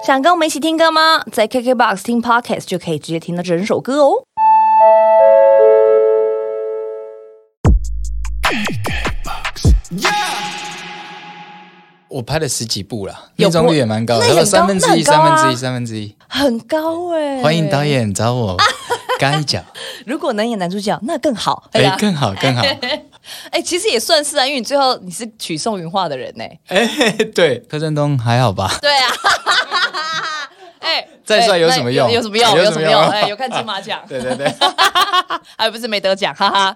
想跟我们一起听歌吗？在 KKBOX 听 Podcast 就可以直接听到整首歌哦。 我拍了10几部啦，命中率也蛮高的，有1/3、1/3、1/3， 很高哎！ 欢迎导演找我干一脚。 如果能演男主角，那更好。 更好，更好。 其实也算是啊，因为你最后你是曲宋云画的人呢。 对，柯震东还好吧？ 对啊。 再帅有什么用？ 有什么用？有什么用？有看金马奖。 对。 还不是没得奖，哈哈。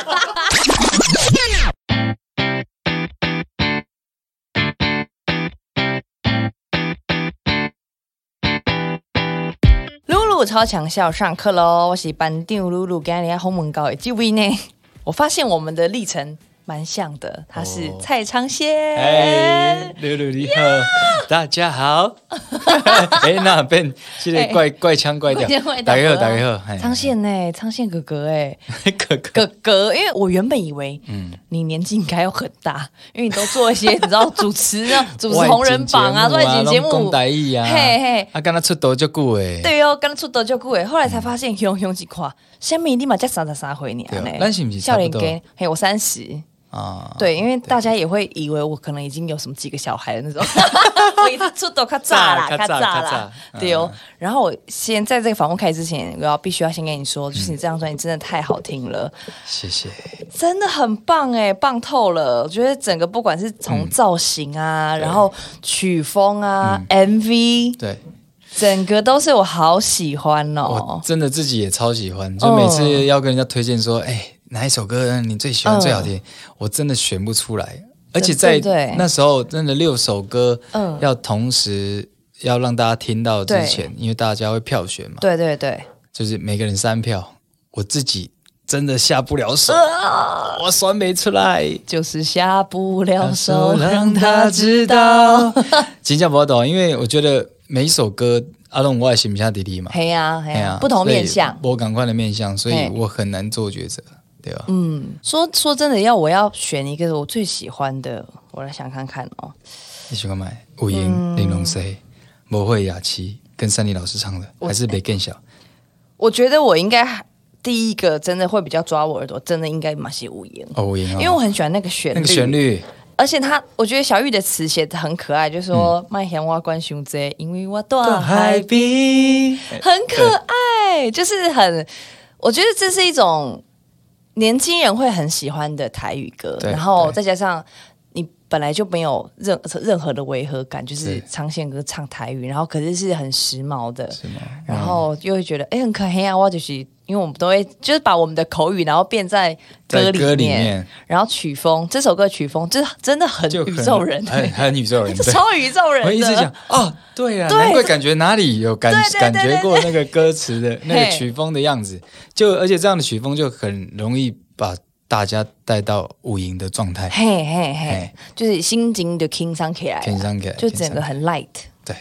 露露超强效上课喽！我是班长露露，今天红门高的这位呢，我发现我们的历程蛮像的，他是蔡昌宪。 露露你好，大家好。那变这个怪腔怪调。大家好。 昌宪呢？昌宪哥哥哎， 哥哥，因为我原本以为你年纪应该要很大，因为你都做一些你知道主持红人榜啊，外景节目， 讲台语啊，刚才出道就久诶。 对哦，刚才出道就久诶，后来才发现熊一看，什么你嘛才33岁呢？ 咱是不是差不多？ 我30。对，因为大家也会以为我可能已经有什么几个小孩的那种，我一出都较炸啦，对哦。然后我先在这个访问开始之前，我必须要先跟你说，就是你这张专辑真的太好听了， 谢谢， 真的很棒哎，棒透了！我觉得整个不管是从造型啊，然后曲风啊，MV， 对。 整个都是我好喜欢哦， 我真的自己也超喜欢，就每次要跟人家推荐说，哪一首歌你最喜欢最好听，我真的选不出来，而且在那时候真的6首歌要同时要让大家听到之前，因为大家会票选嘛， 对， 就是每个人3票，我自己真的下不了手，我选没出来， 就是下不了手，让他知道。 真的不懂，因为我觉得每一首歌阿龙我也心不下弟弟嘛， 嘿呀，不同面向， 我赶快的面向，所以我很难做抉择，对吧？ 说真的，我要选一个我最喜欢的，我来想看看哦。 你喜欢买吴英、林龙 C、魔慧雅琪跟珊妮老师唱的，还是没更小？ 我觉得我应该第一个真的会比较抓我耳朵，真的应该蛮是吴英吴英， 因为我很喜欢那个旋律。而且我觉得小玉的词写得很可爱，就说卖嫌我关胸这，因为我大海边，很可爱，就是我觉得这是一种年轻人会很喜欢的台语歌，然后再加上你本来就没有任何的违和感，就是昌宪哥唱台语，然后可是很时髦的，然后又会觉得很可爱啊，我就是因为我们都会就是把我们的口语然后变在歌里面，然后曲风，这首歌曲风就是真的很宇宙人， 很宇宙人， 超宇宙人的。 我一直讲对啊，难怪感觉哪里有感觉过那个歌词的那个曲风的样子，而且这样的曲风就很容易把大家带到舞营的状态， 就是心情就轻松起来，就整个很 light， 对，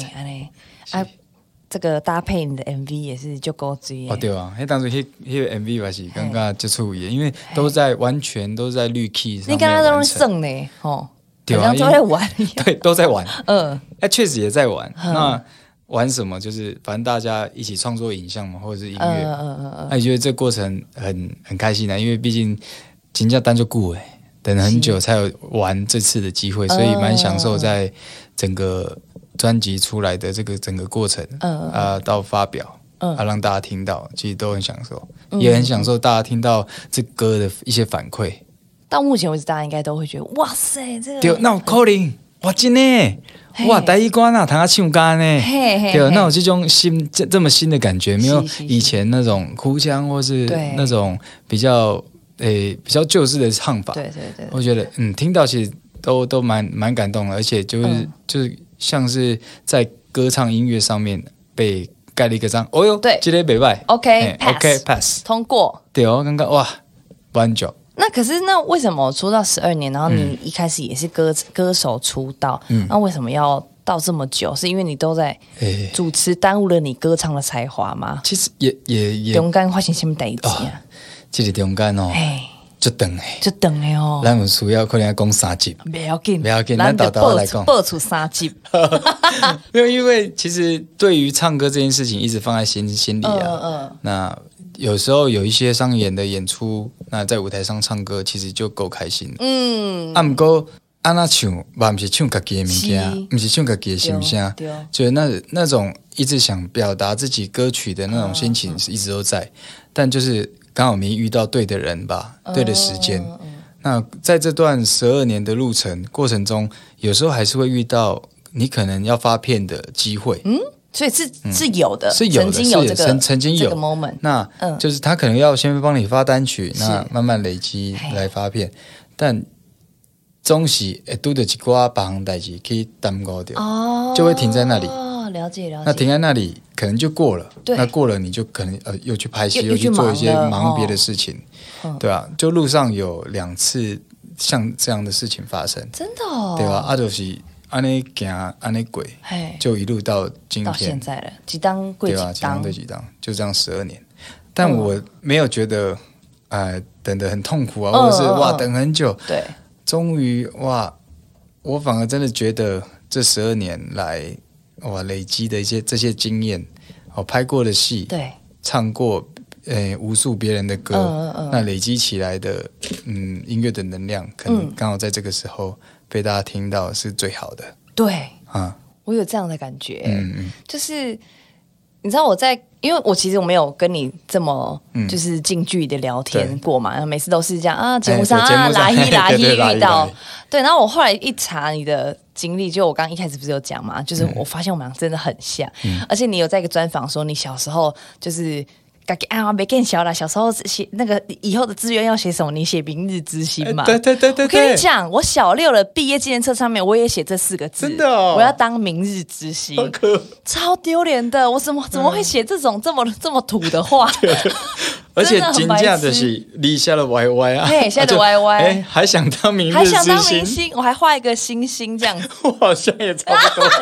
这个搭配你的 MV 也是就够追对啊，当时那个 MV 还是刚刚接触也，因为完全都在绿 key 上面完成， 你刚刚都是剩呢， 对啊， 都在玩， 对，都在玩，确实也在玩。那玩什么？就是反正大家一起创作影像嘛，或者是音乐，那你觉得这过程很开心啊？因为毕竟金价单就顾等了很久才有玩这次的机会，所以蛮享受在整个专辑出来的这个整个过程，到发表，让大家听到，其实都很享受，也很享受大家听到这歌的一些反馈。 到目前为止，大家应该都会觉得，哇塞，这个对，那有可能，哇，真的，哇，第一关啊，弹啊唱歌呢，对，那有这种这么新的感觉，没有以前那种哭腔或是那种比较旧式的唱法， 对， 我觉得听到其实都蛮感动的，而且就是像是在歌唱音乐上面被盖了一个章，对，这个不错 ，OK pass 通过， 对哦，刚刚哇，完全。 那可是为什么出道12年，然后你一开始也是歌手出道，那为什么要到这么久？是因为你都在主持耽误了你歌唱的才华吗？ 其实也中间发生什么代志啊？ 这个中间就等哦。 咱有需要可能要讲3集， 不要紧， 咱豆豆来讲， 播出3集。 没有，因为其实对于唱歌这件事情一直放在心里啊。那有时候有一些商演的演出，那在舞台上唱歌其实就够开心了。不过安那唱，不是唱自己的物件，不是唱自己的心声，就是那种一直想表达自己歌曲的那种心情是一直都在，但就是刚好没遇到对的人吧，对的时间。那在这段12年的路程过程中，有时候还是会遇到你可能要发片的机会。 所以是有的， 是有的，曾经有这个 moment。 那就是他可能要先帮你发单曲，那慢慢累积来发片，但总是会拄到一寡别项代志去耽误掉，就会停在那里。 了解。 那停在那里可能就过了，那过了你就可能又去拍戏，又去做一些忙别的事情，对啊，就路上有2次像这样的事情发生， 真的对吧？就是安尼行安尼过，就一路到今天到现在了，几档过几档， 几档对几档，就这样12年。但我没有觉得等得很痛苦啊，或者是哇等很久， 对， 终于哇，我反而真的觉得这12年来哇累积的这些经验，拍过的戏， 对， 唱过无数别人的歌，那累积起来的音乐的能量，可能刚好在这个时候被大家听到是最好的。 对啊，我有这样的感觉，就是你知道因为我其实我没有跟你这么就是近距离的聊天过嘛，然后每次都是这样啊，节目上拉一遇到，对，然后我后来一查你的经历，就我刚一开始不是有讲嘛，就是我发现我们俩真的很像，而且你有在一个专访说你小时候就是没更小啦，小时候写那个以后的志愿要写什么，你写明日之星嘛。 对。 我跟你讲，我小6的毕业纪念册上面我也写这4个字， 真的哦， 我要当明日之星，超丢脸的，我怎么会写这种这么土的话？ 而且真正就是立下了 YY 啊， 嘿，下的 YY， 还想当明日之星， 还想当明星，我还画一个星星这样子， 我好像也差不多。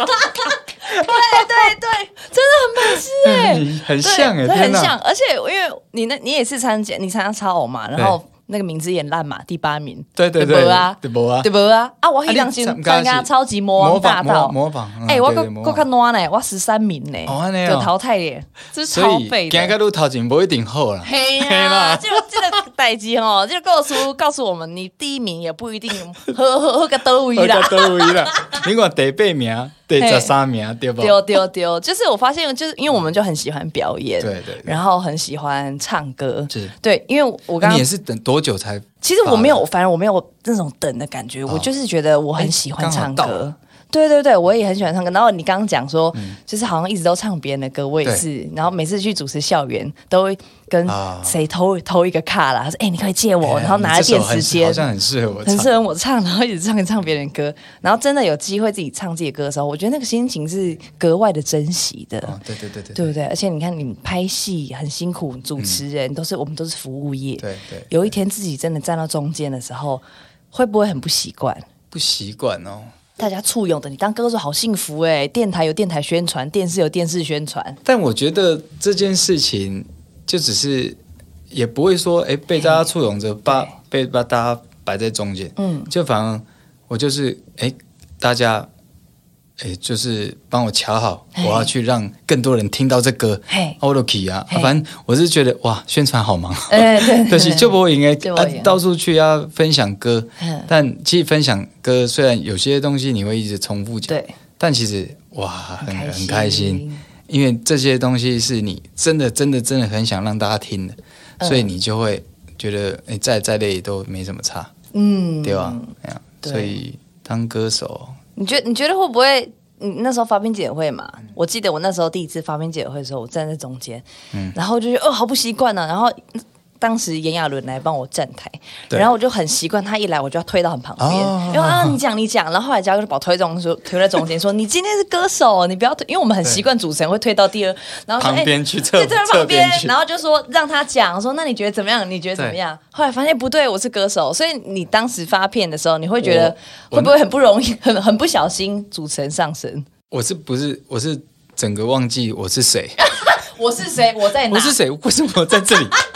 对，真的很白痴很像很像，而且因为你也是参加超偶嘛，然后那个名字也烂嘛，第8名， 对对啊，我一两参加超级魔王大道， 模仿， 我较烂呢，我13名呢，就淘汰耶，这是超废的， 所以行到路头前不一定好啦， 嘿啦，就这个代志哦，就告诉我们，你第1名也不一定喝个倒位啦， 你看第8名。对，13名对吧？ 丢，就是我发现，就是因为我们就很喜欢表演， 对， 然后很喜欢唱歌，对，因为我刚你也是等多久才？ 其实我没有，反正我没有那种等的感觉，我就是觉得我很喜欢唱歌。对，我也很喜欢唱歌。然后你刚刚讲说，就是好像一直都唱别人的歌，我也是。然后每次去主持校园，都会跟谁偷一个卡啦。他说：“你可以借我。”然后拿来垫时间， 好像很适合我唱，然后一直唱别人歌。然后真的有机会自己唱自己的歌的时候，我觉得那个心情是格外的珍惜的。对不对？而且你看，你拍戏很辛苦，主持人我们都是服务业。 对， 有一天自己真的站到中间的时候，会不会很不习惯？ 不习惯哦。 大家簇拥的，你当歌手好幸福哎！电台有电台宣传，电视有电视宣传。 但我觉得这件事情就只是，也不会说被大家簇拥着，被大家摆在中间。就反而我就是大家就是帮我瞧好，我要去让更多人听到这歌。我都去啊，反正我是觉得哇，宣传好忙。但是就不会应该到处去要分享歌。但其实分享歌虽然有些东西你会一直重复讲，但其实哇很开心，因为这些东西是你真的很想让大家听的，所以你就会觉得再累都没什么差。对吧？所以当歌手。 你觉得会不会？你那时候发片记者会嘛？我记得我那时候第一次发片记者会的时候，我站在中间，然后就觉得好不习惯呢。然后当时炎亚纶来帮我站台，然后我就很习惯他一来我就要推到很旁边，因为你讲，然后后来嘉哥就把我推在中间，说你今天是歌手，你不要推，因为我们很习惯主持人会推到第2，然后说旁边去侧边，然后就说让他讲，说那你觉得怎么样？你觉得怎么样？后来发现不对，我是歌手，所以你当时发片的时候，你会觉得会不会很不容易，很不小心主持人上身？ 我是整个忘记我是谁。 我是谁？我在哪？ 我是谁？为什么我在这里？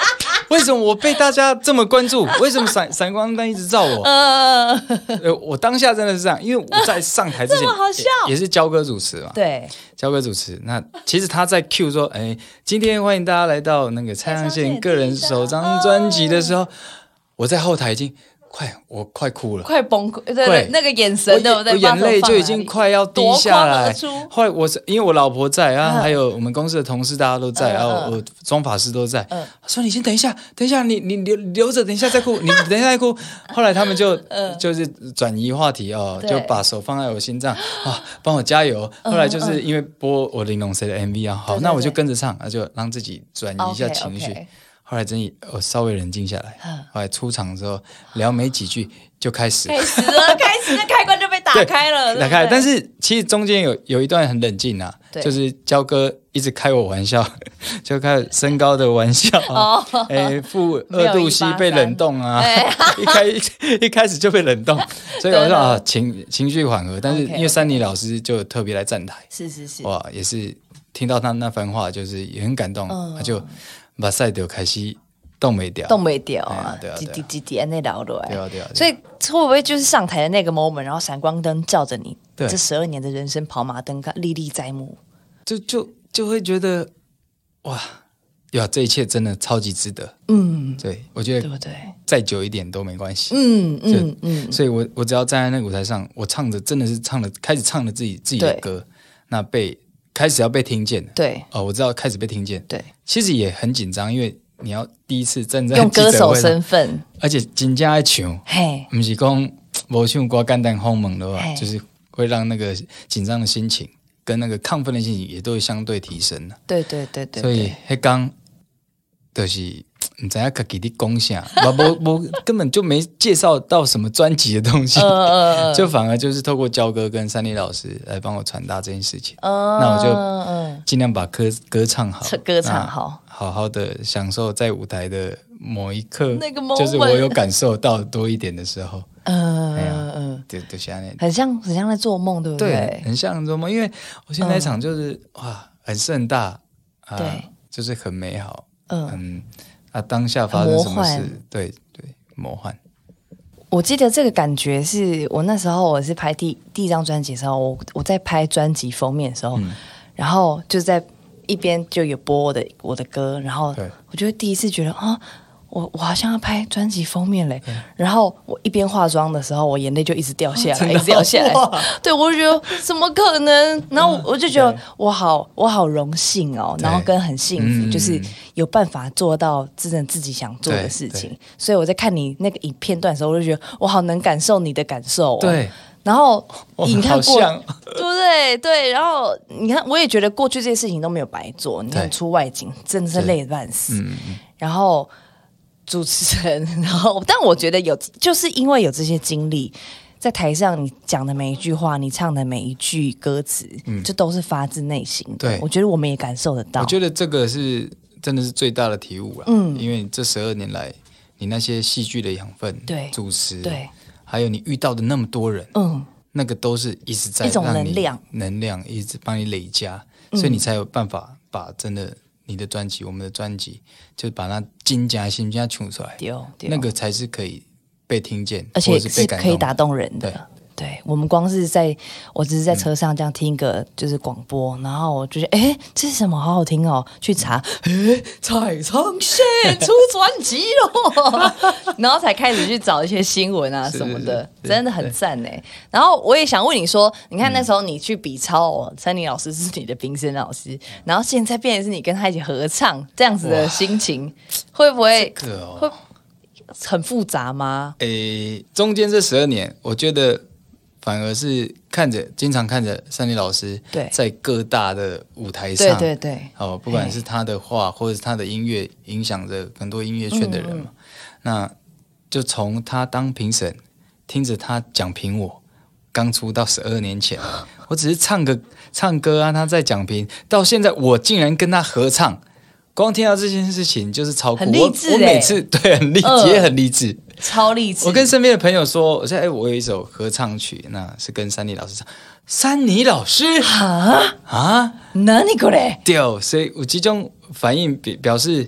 为什么我被大家这么关注？为什么闪光灯一直照我？我当下真的是这样，因为我在上台之前也是焦哥主持嘛， 对， 焦哥主持。那其实他在 Q 说，今天欢迎大家来到那个蔡康永个人首张专辑的时候，我在后台已经。我快哭了， 快崩溃，对，那个眼神对不对？ 我眼泪就已经快要滴下来。后来因为我老婆在啊，还有我们公司的同事大家都在，然后我妆发师都在。说你先等一下，你留着，等一下再哭，你等一下再哭。后来他们就是转移话题哦，就把手放在我心脏啊，帮我加油。后来就是因为播我玲珑谁的 MV 啊，好，那我就跟着唱，就让自己转移一下情绪。后来我稍微冷静下来，后来出场之后聊没几句就开始了， 开关就被打开了， 打开。但是其实中间有一段很冷静啊，就是焦哥一直开我玩笑，就开身高的玩笑负2度 C 被冷冻啊，一开始就被冷冻，所以我说情绪缓和。但是因为珊妮老师就特别来站台， 是哇，也是听到他那番话，就是也很感动，他就。把赛就开始动没掉啊，几那聊落来， 对。 所以会不会就是上台的那个 moment， 然后闪光灯照着你，这12年的人生跑马灯历历在目， 就会觉得哇，这一切真的超级值得。对，我觉得对不对？再久一点都没关系。所以我只要站在那个舞台上，我唱着真的是开始唱了自己的歌，那开始要被听见， 对我知道开始被听见， 对， 其实也很紧张，因为你要第一次站在用歌手身份， 而且真正爱唱，不是讲没唱歌简单轰猛的话，就是会让那个紧张的心情跟那个亢奋的心情也都会相对提升的。 对， 所以那刚就是你知道自己的贡献，我根本就没介绍到什么专辑的东西，就反而就是透过焦哥跟珊妮老师来帮我传达这件事情。那我就尽量把歌唱好，好好的享受在舞台的某一刻， 那个 moment， 就是我有感受到多一点的时候。就像很像在做梦，对不对？ 对，很像做梦，因为我现在那场就是哇，很盛大， 对， 就是很美好，当下发生什么事？对，魔幻。 我记得这个感觉是我那时候我是拍第一张专辑的时候，我在拍专辑封面的时候，然后就在一边就有播我的歌，然后我就第一次觉得我好像要拍专辑封面嘞，然后我一边化妆的时候，我眼泪就一直掉下来，一直掉下来。对，我就觉得怎么可能？然后我就觉得我好荣幸哦，然后跟很幸福，就是有办法做到真正自己想做的事情。所以我在看你那个影片段的时候，我就觉得我好能感受你的感受。 对。 然后你看过，对不对？对，然后你看，我也觉得过去这些事情都没有白做。你看出外景真的是累得半死，然后。主持人，然后，但我觉得就是因为有这些经历，在台上你讲的每一句话，你唱的每一句歌词，这都是发自内心的。 对， 我觉得我们也感受得到。 我觉得这个是真的是最大的体悟了。因为这12年来，你那些戏剧的养分， 对， 主持， 对， 还有你遇到的那么多人，那个都是一直在一种能量一直帮你累加，所以你才有办法把真的。你的专辑，我们的专辑，就把它精加心加唱出来，那个才是可以被听见， 而且是可以打动人的。对，我们光是我只是在车上这样听一个就是广播，然后我就觉得，这是什么？好好听哦！去查，蔡昌宪出专辑了，然后才开始去找一些新闻啊什么的，真的很赞哎。然后我也想问你说，你看那时候你去比超，珊妮老师是你的评审老师，然后现在变成是你跟他一起合唱，这样子的心情会不会会很复杂吗？ 中间这12年，我觉得。反而是经常看着珊妮老师在各大的舞台上， 对， 不管是他的话或者是他的音乐，影响着很多音乐圈的人嘛。那就从他当评审，听着他讲评我，刚出道12年前，我只是唱歌啊，他在讲评，到现在我竟然跟他合唱。光听到这件事情就是超酷， 很励志。 我每次对很励志，也很励志， 超励志。 我跟身边的朋友说，我说我有一首合唱曲，那是跟珊妮老师唱。珊妮老师啊，何これ？ 对，所以有这种反应表示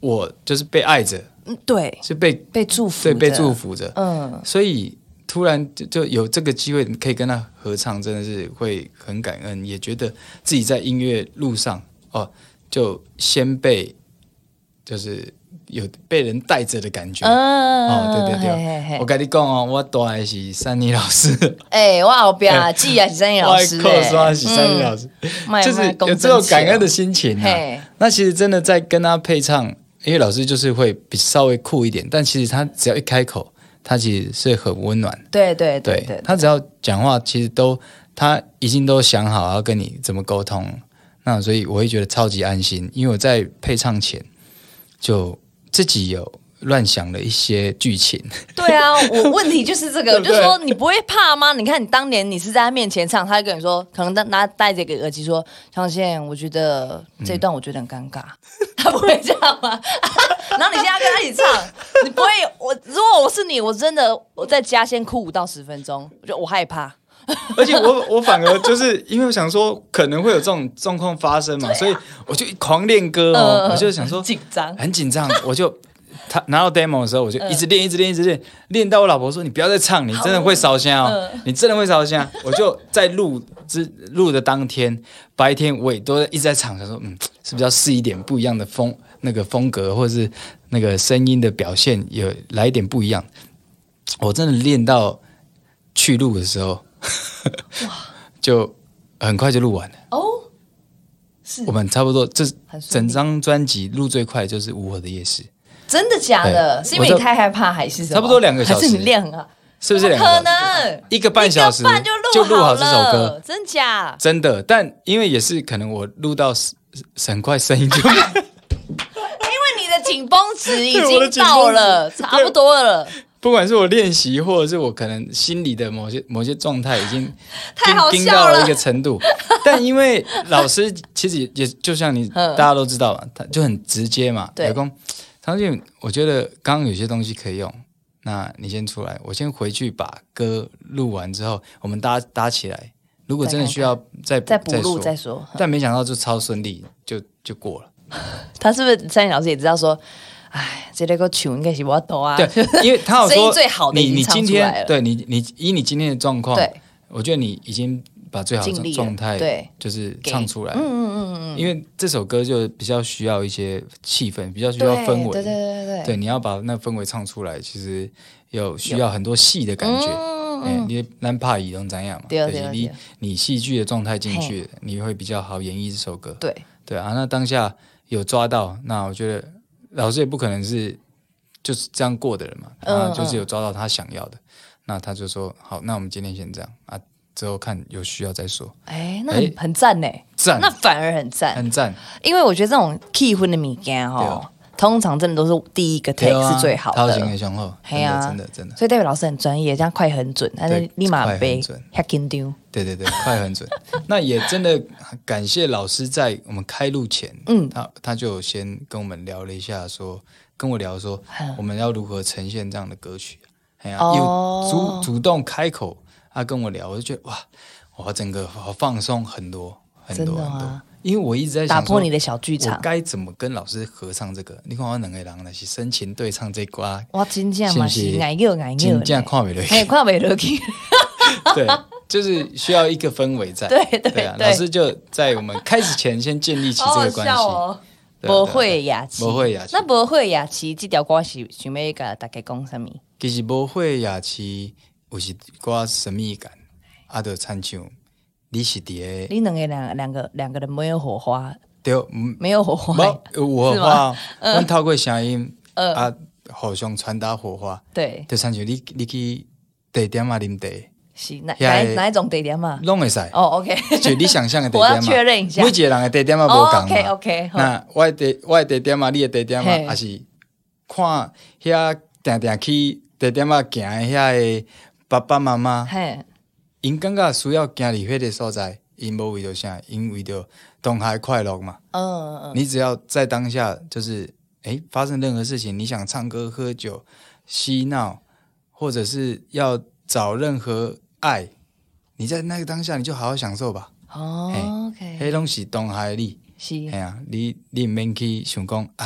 我就是被爱着， 对， 是被祝福， 对，被祝福着，所以突然就有这个机会可以跟他合唱，真的是会很感恩，也觉得自己在音乐路上就先被就是有被人带着的感觉，对对对，我跟你讲哦，我大的是珊妮老师， 我后边记啊是珊妮老师， 我扣刷是珊妮老师，就是有这种感恩的心情那其实真的在跟他配唱，因为老师就是会比稍微酷一点，但其实他只要一开口，他其实是很温暖， 对对对对， 他只要讲话，其实他已经都想好要跟你怎么沟通，那所以我会觉得超级安心，因为我在配唱前就自己有乱想了一些剧情。 对啊，我问题就是这个，我就说你不会怕吗？你看你当年你是在他面前唱，他就跟你说，可能他戴着一个耳机说：“张宪，我觉得这一段我觉得很尴尬。”他不会这样吗？然后你现在跟他一起唱，你不会？如果我是你，我真的我在家先哭5到10分钟，我害怕。 而且我反而就是因为我想说可能会有这种状况发生嘛，所以我就狂练歌我就想说很紧张，我就他拿到 demo 的时候，我就一直练，一直练，一直练，练到我老婆说：“你不要再唱，你真的会烧香你真的会烧香。”我就在录的当天，白天我也都一直在唱，想说是不是要试一点不一样的风格，或者是那个声音的表现有来一点不一样。我真的练到去录的时候。就很快就录完了是我们差不多这整张专辑录最快就是《无核的夜市》， 真的假的？是因为你太害怕还是什么？ 差不多2个小时， 还是你练很好？ 是不是2个小时？可能1个半小时就录好这首歌， 真假？ 真的，但因为也是可能我录到很快声音就，因为你的紧绷值已经到了，差不多了。 不管是我练习，或者是我可能心里的某些状态，已经太好笑到了一个程度。但因为老师其实也就像你大家都知道嘛，他就很直接嘛。对，唐俊，我觉得刚刚有些东西可以用，那你先出来，我先回去把歌录完之后，我们搭起来。如果真的需要再补录再说。 但没想到就超顺利，就过了。 他是不是珊妮老师也知道说？哎，这个唱应该是我抖啊！ 对，因为他有说最好的你今天对你以你今天的状况， 对， 我觉得你已经把最好的状态对，就是唱出来。因为这首歌就比较需要一些气氛，比较需要氛围。对，你要把那氛围唱出来，其实需要很多戏的感觉。你难怕以能怎样嘛？对，你戏剧的状态进去，你会比较好演绎这首歌。对啊，那当下有抓到，那我觉得。老师也不可能是就是这样过的人嘛，他就是有抓到他想要的，那他就说好，那我们今天先这样啊，之后看有需要再说。那很赞呢， 赞， 那反而很赞， 很赞。 因为我觉得这种气氛的物件通常真的都是第一个 take 是最好的， 掏心的雄厚，真的。 所以代表老师很专业，这样快很准，但是立马被吓紧张。 对，快很准。那也真的感谢老师，在我们开录前，他就先跟我们聊了一下，跟我聊说我们要如何呈现这样的歌曲。有主动开口，他跟我聊，我就觉得哇，整个好放松很多。因为我一直在想打破你的小剧场， 我该怎么跟老师合唱这个？你看我2个人那是深情对唱这歌， 我真正嘛是爱叫， 真正看不落去， 看不落去。 对，就是需要一个氛围在。对啊，老师就在我们开始前先建立起这个关系。 无会雅琪，那无会雅琪这条歌是想要跟大家讲什么？ 其实无会雅琪有是歌神秘感，就参唱。你是你两个人没有火花， 对， 没有火花， 有火花。我们透过声音互相传达火花。 对， 就参像你去地点嘛，啉茶。 是哪一种地点嘛？ 拢会使。 OK， 就你想象的地点嘛。 我要确认一下， 每一个人的地点嘛不同嘛。 OK， 那我的地点嘛，你的地点嘛，还是看遐定去地点嘛行的遐的爸爸妈妈。因感觉需要行入迄个所在，因无为着啥，因为着当下快乐嘛。你只要在当下，就是发生任何事情，你想唱歌、喝酒、嬉闹，或者是要找任何爱，你在那个当下，你就好好享受吧。 OK， 迄拢是当下的你。 是， 你唔免去想讲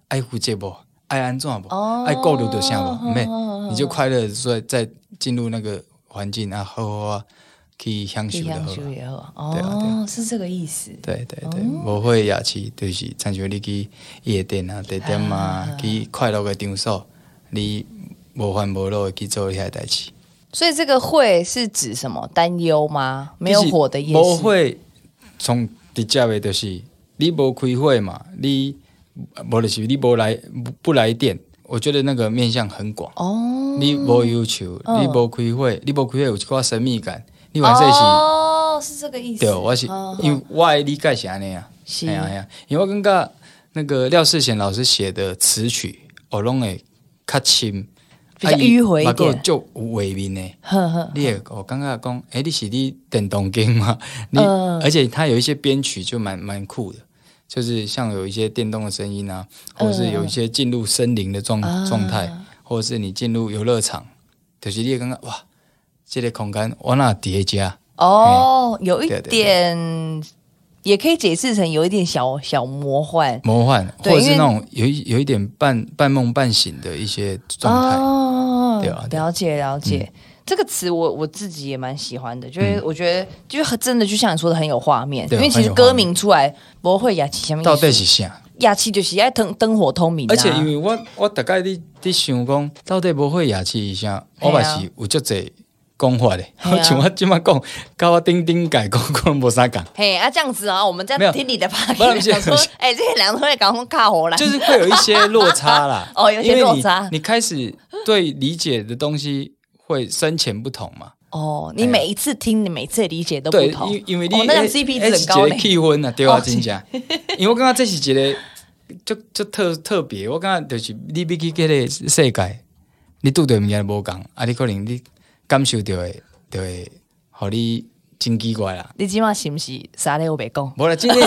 爱负责不，爱安怎不，爱顾虑到啥不，没，你就快乐所以再进入那个环境啊，好去享受的好。 哦，是这个意思。 对，无会夜市就是参像你去夜店啊、地点啊，去快乐的场所，你无烦无恼去做你遐代志。 所以这个会是指什么？担忧吗？没有火的夜市。 无会从直接的就是你无开会嘛，你无就是你不来电。我觉得那个面向很广。哦，你无要求，你无开会，有一寡神秘感。你完全是这个意思。 对，我是因为我的理解是安尼啊。是啊，因为我感觉那个廖世贤老师写的词曲，我拢会较深。 比较迂回一点， 就有画面呢。你也我刚刚讲，你是你电动机吗？而且它有一些编曲就蛮酷的，就是像有一些电动的声音啊，或者是有一些进入森林的状态，或者是你进入游乐场，就是你也刚刚哇，这个空间我那叠加有一点。也可以解释成有一点小魔幻， 或者是那种有一点半梦半醒的一些状态。对啊， 了解。这个词我自己也蛮喜欢的，就是我觉得就是真的就像你说的很有画面，因为其实歌名出来不会雅琪下面到底是啥？ 雅琪就是爱灯火通明， 而且因为我大概你想讲到底不会雅琪是啥，我嘛是有足侪。讲话嘞，像我今麦讲，跟我丁改讲无啥讲。 嘿这样子啊，我们在听你的吧。想说，这两个都在讲卡火啦， 就是会有一些落差啦。 有些落差。 你开始对理解的东西会深浅不同嘛？ 你每一次听，你每次的理解都不同。 对，因为你那 CP 值很高嘞。 气氛啊，对啊，真正。因为我感觉这是一个就特别，我感觉就是你比起这个世界，你拄到物件无共啊，你可能你。感受到的，就会，互你真奇怪啦。 你今晚是不是啥咧？我别讲。 无啦，今天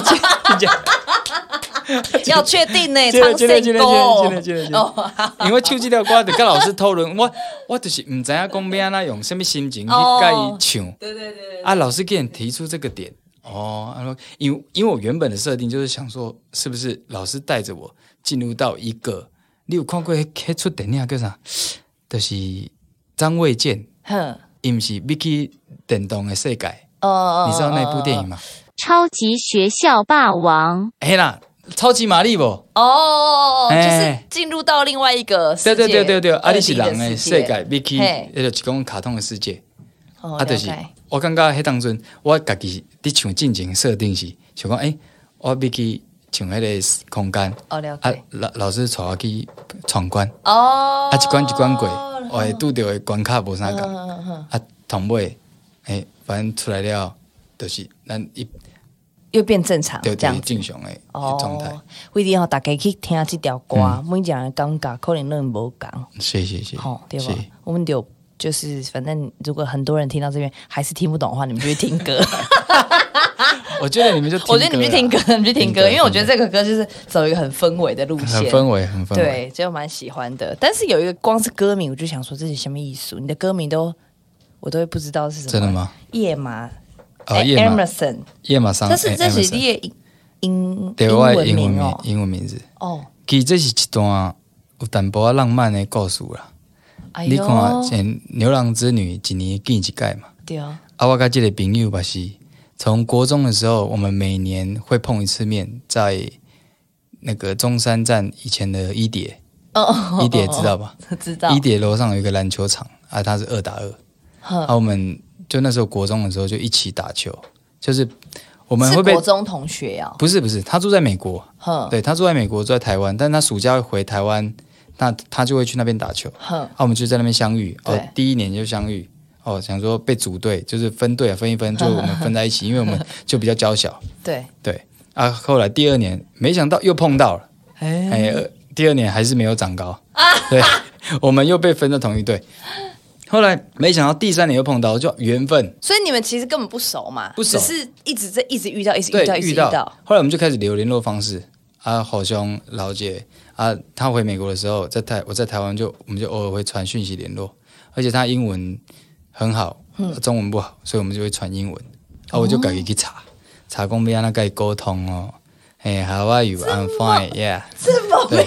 要确定呢，唱圣歌。 因为唱这条歌，就跟老师讨论，我就是唔知影讲要安怎用什么心情去甲伊唱。 对。 啊，老师竟然提出这个点，因为我原本的设定就是想说，是不是老师带着我进入到一个，你有看过迄出电影叫啥？就是张卫健。伊毋是要去电动的世界你知道那部电影吗？ 超级学校霸王。 嘿啦，超级玛丽不？ 就是进入到另外一个世界。 对，啊，你是人的世界，要去就是讲卡通的世界。就是我感觉迄当阵，我家己伫唱进前设定是，想讲我要去唱迄个空间。老师带我去闯关。一关过。我会拄到的关卡无啥共，同尾，反正出来了，就是咱又变正常， 这样正常的状态。 为了大家去听这条歌，每一个人的感觉可能都无共。 是， 对吧？我们就是反正如果很多人听到这边还是听不懂的话，你们就去听歌。 我觉得你们就听歌，因为我觉得这个歌就是走一个很氛围的路线， 很氛围， 对，就蛮喜欢的。但是有一个光是歌名，我就想说这是什么意思？你的歌名我都会不知道是什么。 真的吗？ 夜马 ，Emerson，夜马桑， 这是你的英文名字。其实这是一段有淡薄浪漫的故事啦。你看，牛郎织女一年见一届嘛。 对啊。 我跟这个朋友吧是。从国中的时候，我们每年会碰一次面，在那个中山站以前的一叠，一叠知道吧？ 知道。 一叠楼上有一个篮球场啊，它是2打2。我们就那时候国中的时候就一起打球，就是我们会被国中同学啊？ 不是，他住在美国，对，他住在美国，住在台湾，但他暑假会回台湾，那他就会去那边打球。我们就在那边相遇，第一年就相遇。想说被组队，就是分队分一分，就我们分在一起，因为我们就比较娇小。 对后来第2年，没想到又碰到了，第2年还是没有长高，对，我们又被分到同一队。后来没想到第3年又碰到，就缘分。 所以你们其实根本不熟嘛， 不熟， 只是一直遇到， 遇到。后来我们就开始留联络方式好兄老姐他回美国的时候，我在台湾我们就偶尔会传讯息联络，而且他英文很好，中文不好，所以我们就会传英文。我就自己去查讲要怎跟他沟通。How are you? I'm fine. Yeah. 这么妙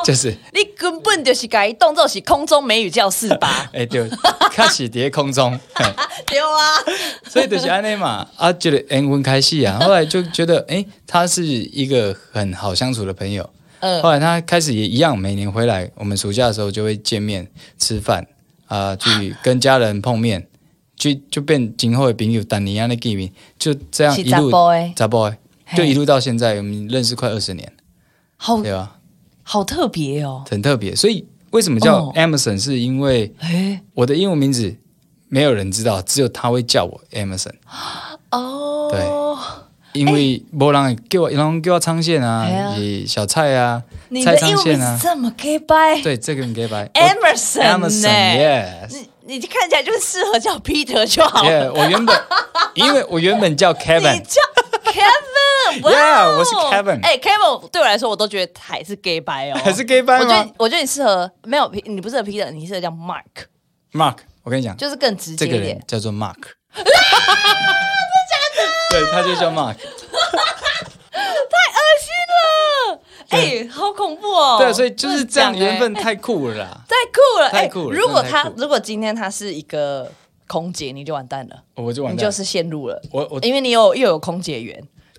就是你根本就是把它当作是空中美语教室吧？ 对，开始在空中， 对啊， 所以就是安内嘛，觉得缘分开始啊，后来就觉得他是一个很好相处的朋友。后来他开始也一样，每年回来，我们暑假的时候就会见面吃饭去跟家人碰面，就变今后的朋友，但你安的见面，就这样一路查甫的，就一路到现在，我们认识快20年， 好对吧？ 好特别哦， 很特别。所以为什么叫 Emerson？是因为我的英文名字没有人知道，只有他会叫我 Emerson。 哦， 对。因为没人叫我昌宪啊，也小蔡啊，蔡昌宪啊， 你的英文这么 gay 掰， 对，这个很 gay 掰 ，Emerson，yes，你看起来就是适合叫 Peter 就好了。 因为我原本叫 Kevin， 你叫 Kevin， yeah， 我是 Kevin。 Kevin 对我来说，我都觉得还是 gay 掰哦， 还是 gay 掰吗？ 我觉得你适合，没有，你不适合 Peter， 你适合叫 Mark。 我跟你讲， 就是更直接一点， 这个人叫做 Mark。对，他就叫 Mark， 太恶心了，好恐怖哦！ 对，所以就是这样，缘分太酷了啦， 太酷了！如果今天他是一个空姐，你就完蛋了， 我就完蛋了， 你就是陷入了， 因为你又有空姐缘。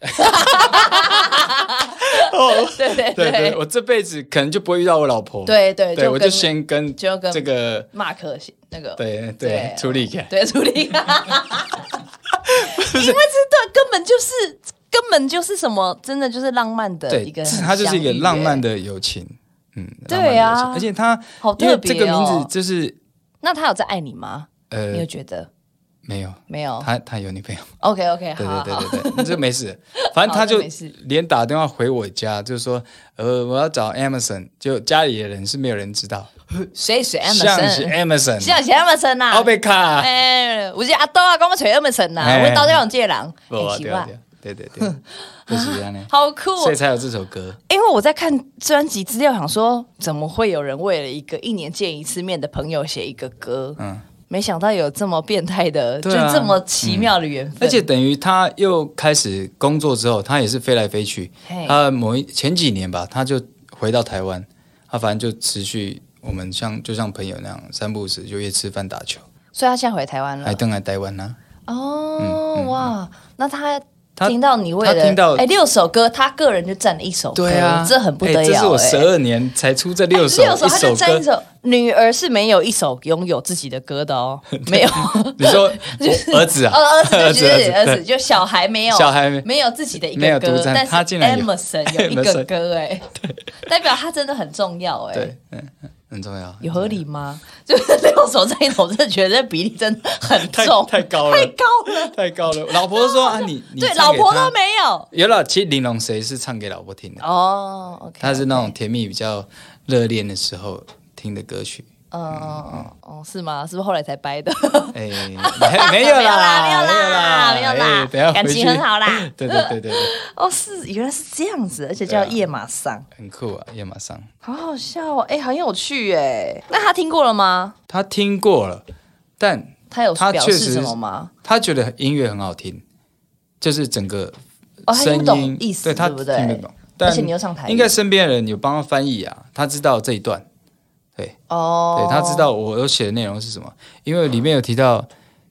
对， 我这辈子可能就不会遇到我老婆。 对， 我就先跟这个 Mark那个对处理开， 对处理开。因为这段根本就是什么，真的就是浪漫的一个， 它就是一个浪漫的友情， 对啊， 而且它好特别这个名字就是， 那他有在爱你吗？你有觉得？ 没有，他有女朋友。 OK， 对，这没事。反正他就连打电话回我家，就说我要找 Emerson， 就家里的人是没有人知道。 谁是 Emerson？ 像是 Emerson 啊！ 奥贝卡， 我是阿豆啊，讲我找 Emerson 啊，我到底用这个人， 奇怪。对，就是这样呢， 好酷， 所以才有这首歌。 因为我在看专辑资料，想说怎么会有人为了一个1年见一次面的朋友写一个歌？没想到有这么变态的，就这么奇妙的缘分。 而且等于他又开始工作之后，他也是飞来飞去。他前几年吧，他就回到台湾，他反正就持续我们就像朋友那样3不5时就约吃饭打球。 所以他现在回台湾了， 还登来台湾呢。 哇，那他听到你为了6首歌，他个人就占了1首歌，对啊，这很不得了。 这是我12年才出这6首，6首他就占1首。女儿是没有1首拥有自己的歌的哦，没有。 你说儿子啊？ 儿子，就小孩没有自己的一个歌，但是 Emerson 有一个歌，代表他真的很重要， 对，很重要。 有合理吗？就是6首占1首，我真的觉得比例真的很重， 太高了。老婆说啊，你对老婆都没有。 有了，其实玲珑谁是唱给老婆听的？ 哦， 他是那种甜蜜比较热恋的时候听的歌曲。 是吗？是不是后来才掰的？ 没有啦， 感情很好啦。 对。 原来是这样子，而且叫夜马桑， 很酷啊，夜马桑， 好好笑哦，很有趣哎。那他听过了吗？ 他听过了，但他有表示什么吗？ 他觉得音乐很好听，就是整个声音意思， 对他听得懂， 而且你又唱台语， 应该身边的人有帮他翻译啊，他知道这一段。对，他知道我有写的内容是什么，因为里面有提到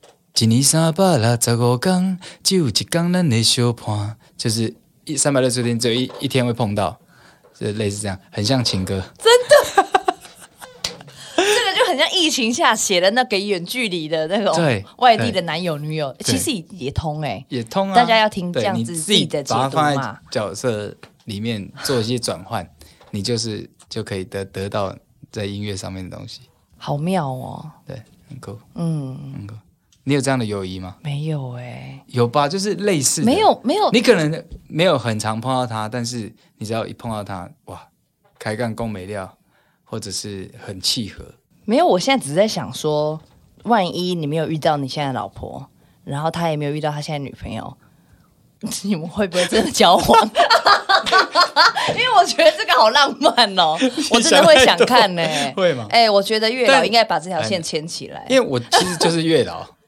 1年365天，只有一天咱的相伴，就是365天只有一天会碰到，就类似这样，很像情歌， 真的。这个就很像疫情下写的那个远距离的那种外地的男友女友，其实也通也通啊， 大家要听这样子自己的解读嘛， 把它放在角色里面做一些转换，你就可以得到在音乐上面的东西， 好妙哦！ 对，很酷，很酷。你有这样的友谊吗？ 没有有吧？就是类似的， 没有。 你可能没有很常碰到他，但是你只要一碰到他，哇，开干攻没料，或者是很契合。 没有，我现在只是在想说，万一你没有遇到你现在的老婆，然后他也没有遇到他现在女朋友，你们会不会真的交往？因为我觉得这个好浪漫哦，我真的会想看呢。 会吗？ 我觉得月老应该把这条线牵起来。 因为我其实就是月老，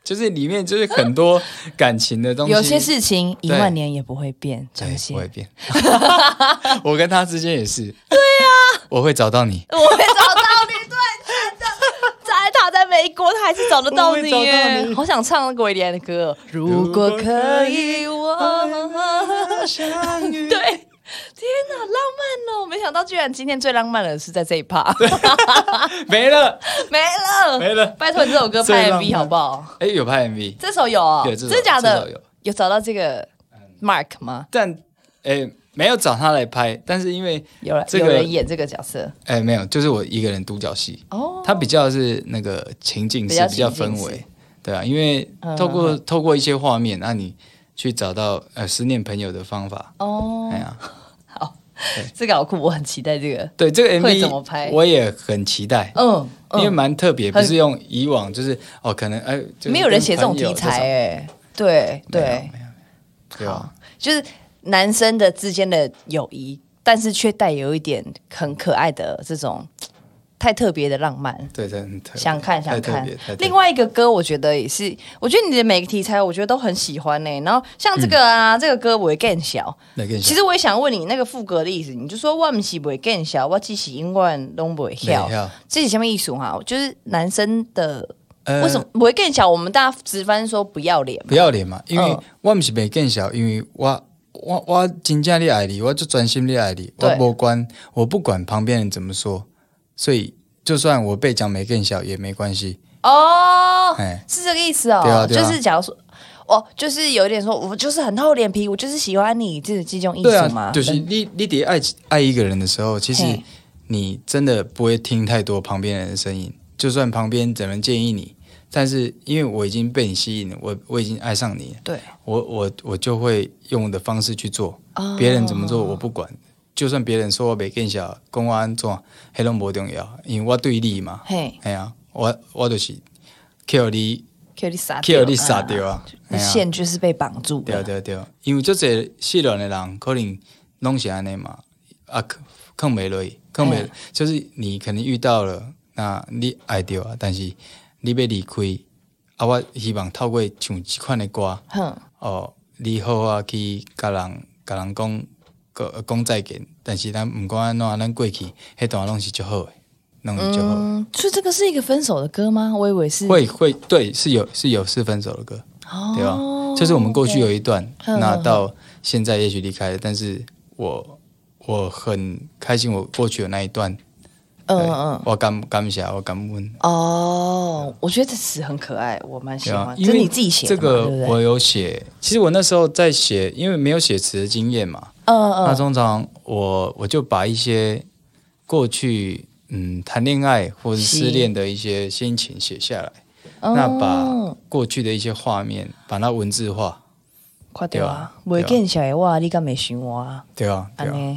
就是里面就是很多感情的东西。 有些事情10000年也不会变， 对，不会变。我跟他之间也是。 对啊， 我会找到你， 我会找到你，对，真的。他在美国，他还是找得到你耶！好想唱那个韦礼安的歌。如果可以，我相遇。对，天哪，浪漫哦！没想到居然今天最浪漫的是在这一趴。 没了。 拜托你这首歌拍 MV 好不好？ 有拍 MV， 这首有哦， 真的假的？有找到这个 Mark 吗？ 但没有找他来拍，但是因为有人演这个角色， 没有，就是我一个人独角戏。他比较是那个情境式，比较氛围，对啊，因为透过一些画面，那你去找到思念朋友的方法。 好，这个好酷，我很期待这个。 对，这个 MV 会怎么拍， 我也很期待。因为蛮特别，不是用以往就是可能没有人写这种题材对， 好， 就是男生的之间的友谊，但是却带有一点很可爱的这种太特别的浪漫。 对，很特别， 想看。另外一个歌，我觉得也是，我觉得你的每个题材，我觉得都很喜欢呢。然后像这个这个歌我会更小。其实我也想问你那个副歌的意思，你就说我不是不会更小，我只是永远都不会跳，这是什么意思哈？就是男生的。为什么不会更小？我们大家直翻说不要脸嘛，因为我不是不会更小，因为我真正的爱你，我就专心的爱你，我不管旁边人怎么说，所以就算我被讲没更小也没关系。 是这个意思哦。对啊，就是假如说，就是有一点说，我就是很厚脸皮，我就是喜欢你，这种意思吗？ 就是你得爱一个人的时候，其实你真的不会听太多旁边人的声音，就算旁边怎么建议你。但是因为我已经被你吸引了，我已经爱上你了， 对， 我就会用我的方式去做，别人怎么做我不管，就算别人说我没更小，讲我安怎，那都不重要，因为我对你嘛，我就是叫你杀掉啊， 线就是被绑住的， 对，因为这些世人的人可能拢是安尼嘛，坑没落，就是你可能遇到了，那你爱掉啊，但是。你要离开我希望透过唱这款的歌，你好好去甲人讲再见，但是咱不管安怎，咱过去迄段拢是足好的，拢是足好的。 所以这个是一个分手的歌吗？我以为是会对，是分手的歌，对吧？就是我们过去有一段，那到现在也许离开了，但是我很开心，我过去有那一段。我感谢，我感恩。 我觉得这词很可爱，我蛮喜欢。这是你自己写的吗？ 这个我有写。其实我那时候在写，因为没有写词的经验嘛。那通常我就把一些过去谈恋爱或者失恋的一些心情写下来，那把过去的一些画面把它文字化。 看到啊，袂见小的我，你敢没想我？ 对啊。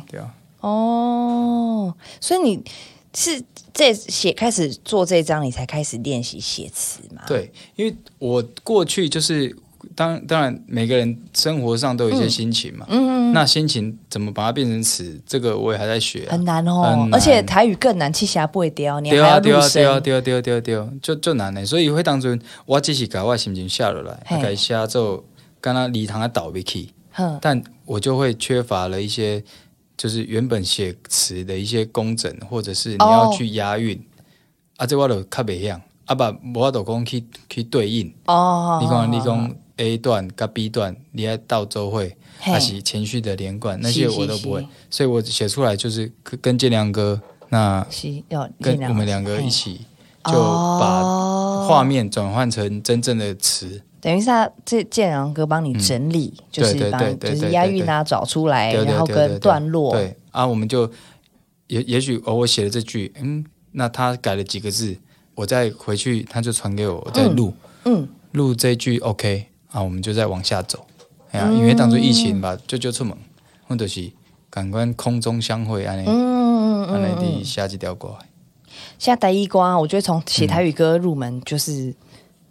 所以你。是开始做这张，你才开始练习写词嘛？ 对，因为我过去就是当然每个人生活上都有一些心情嘛，那心情怎么把它变成词，这个我也还在学， 很难哦，而且台语更难，气下不会掉，你还要入声， 对，就难的，所以会当作我只是把我心情写落来，改写做刚刚礼堂的倒不去，但我就会缺乏了一些。就是原本写词的一些工整，或者是你要去押韵，这我就较袂晓，把我就讲去对应。你讲 A 段跟 B 段，你要到周会，还是情绪的连贯，那些我都不会，所以我写出来就是跟建良哥，那跟我们两个一起，就把画面转换成真正的词。 等于是他建良哥帮你整理，就是就是押韵啊找出来，然后跟段落。 对啊，我们就也许我写了这句，那他改了几个字，我再回去他就传给我，我再录这句 OK 啊，我们就再往下走。因为当初疫情吧，就出门，或者是感官空中相会安尼，安尼的下一条歌。 现在台语歌，我觉得从写台语歌入门就是。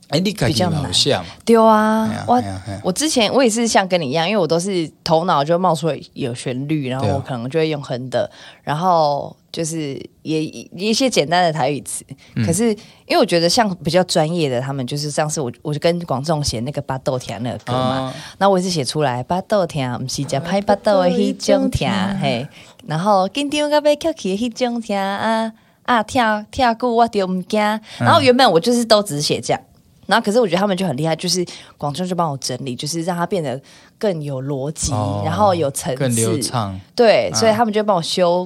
你比较难下嘛？ 对啊，我之前我也是像跟你一样，因为我都是头脑就冒出来有旋律，然后我可能就会用哼的，然后就是也一些简单的台语词。可是因为我觉得像比较专业的，他们就是上次我就跟广仲写那个巴豆甜那个歌嘛，那我也是写出来巴豆甜，不是吃歹巴豆的迄种甜嘿，然后紧张到要翘起的迄种甜跳久我就唔惊，然后原本我就是都只写这样。然后，可是我觉得他们就很厉害，就是广州就帮我整理，就是让它变得更有逻辑，然后有层次， 更流畅。 对，所以他们就帮我修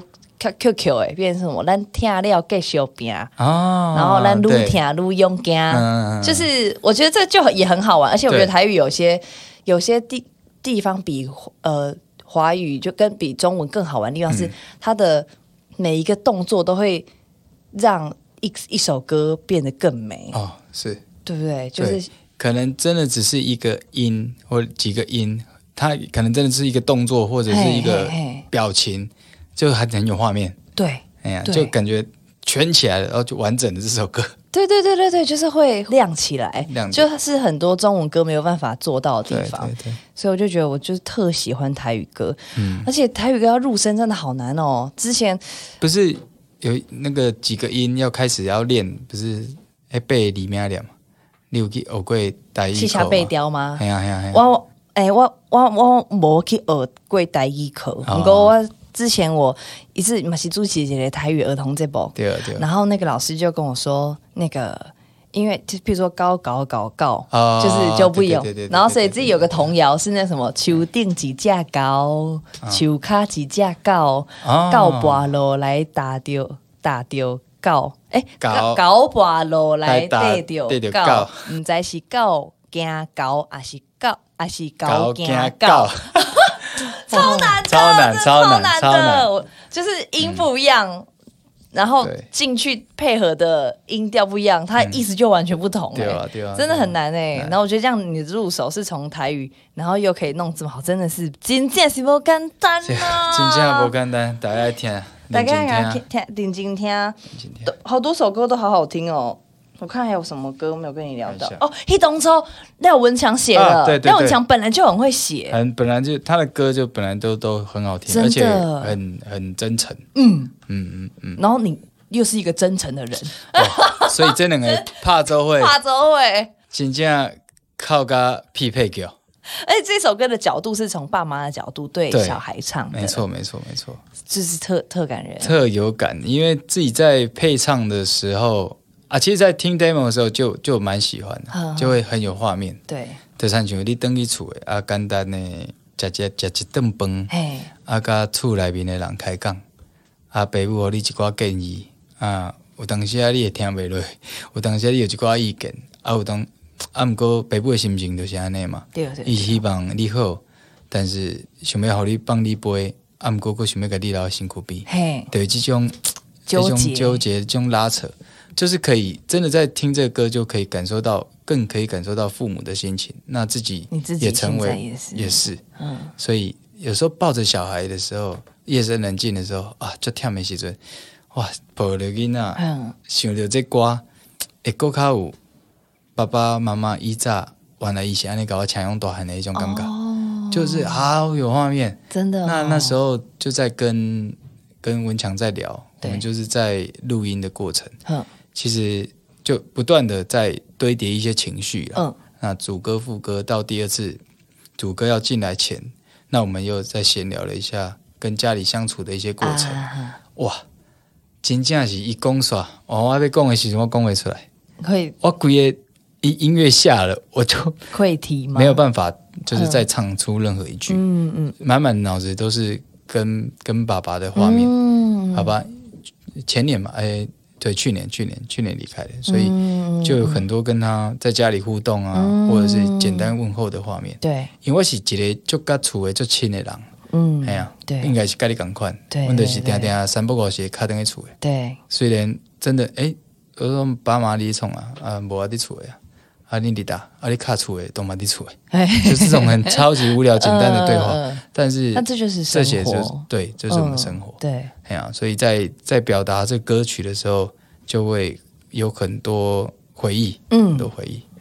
QQ 变成什么？咱听了更修拼然后咱愈听愈勇敢。就是我觉得这就也很好玩，而且我觉得台语有些地方比华语就跟比中文更好玩的地方是，它的每一个动作都会让一首歌变得更美。 是。 对不对？就是可能真的只是一个音或几个音，它可能真的是一个动作或者是一个表情，就还很有画面。 对， 哎呀，就感觉圈起来了，然后就完整的这首歌。 对，就是会亮起来，就是很多中文歌没有办法做到的地方。对，所以我就觉得我就是特喜欢台语歌，而且台语歌要入声真的好难哦。之前不是有那个几个音要开始要练，不是背里面练吗？你有去学过台语课？ 四下背调吗？ 系啊。 我没去学过台语课，不过我之前我一次嘛是主持一个台语儿童节目， 对， 然后那个老师就跟我说，那个因为就比如说高，就是就不一样，然后所以自己有个童谣是那什么树顶几架高，树卡几架高，高跋落来打丢。狗，狗跋落来逮着狗，唔知是狗惊狗，还是狗惊狗，超难的，就是音不一样，然后进去配合的音调不一样，它意思就完全不同。对啊，真的很难哎。然后我觉得这样你入手是从台语，然后又可以弄这么好，真的是真正是不简单啊！ 真正不简单，大家听。 大家认真听，好多首歌都好好听哦。我看还有什么歌没有跟你聊到哦？迄当初廖文强写的，廖文强本来就很会写， 本来就他的歌就本来都很好听，而且很真诚。 然后你又是一个真诚的人， 所以这两个拍做会，真正靠个匹配叫。 而且这首歌的角度是从爸妈的角度对小孩唱的， 没错， 就是特感人， 特有感。因为自己在配唱的时候其实在听 demo 的时候就蛮喜欢的，就会很有画面。对，就像你回去厝的简单的吃一顿饭，甲厝内面的人开讲，爸母给你一寡建议有当时你会听袂落，有当时你有一寡意见不过爸母的心情就是安尼嘛，伊希望你好，但是想要互你帮你背，不过佫想要甲你留辛苦比，对这种纠结、这种拉扯，就是可以真的在听这个歌就可以感受到，更可以感受到父母的心情，那自己也成为也是，所以有时候抱着小孩的时候，夜深人静的时候就忝的时阵，哇，抱着囡仔，想到这歌，会更较有。爸爸妈妈以前原来以前安尼给我抢用大汉的一种感觉，就是好有画面， 真的。 那时候就在跟文强在聊，我们就是在录音的过程，其实就不断的在堆叠一些情绪那主歌副歌到第二次主歌要进来前，那我们又在闲聊了一下跟家里相处的一些过程，哇，真正是一讲煞，我要讲的时候我讲不出来，我规个。音乐下了，我就会提吗？ 没有办法，就是再唱出任何一句。满满脑子都是跟爸爸的画面。爸爸前年嘛，对，去年离开的，所以就有很多跟他在家里互动或者是简单问候的画面。对，因为我是一个就跟厝的就亲的人。对，应该是跟你同款。对，我就是定定三不五时卡登去厝的。对，虽然真的我说爸妈你创无我伫厝的你伫搭你卡厝的都嘛伫厝的，就是这种很超级无聊简单的对话，但是那这就是生活，对，就是我们生活。对，所以在表达这歌曲的时候，就会有很多回忆，很多回忆。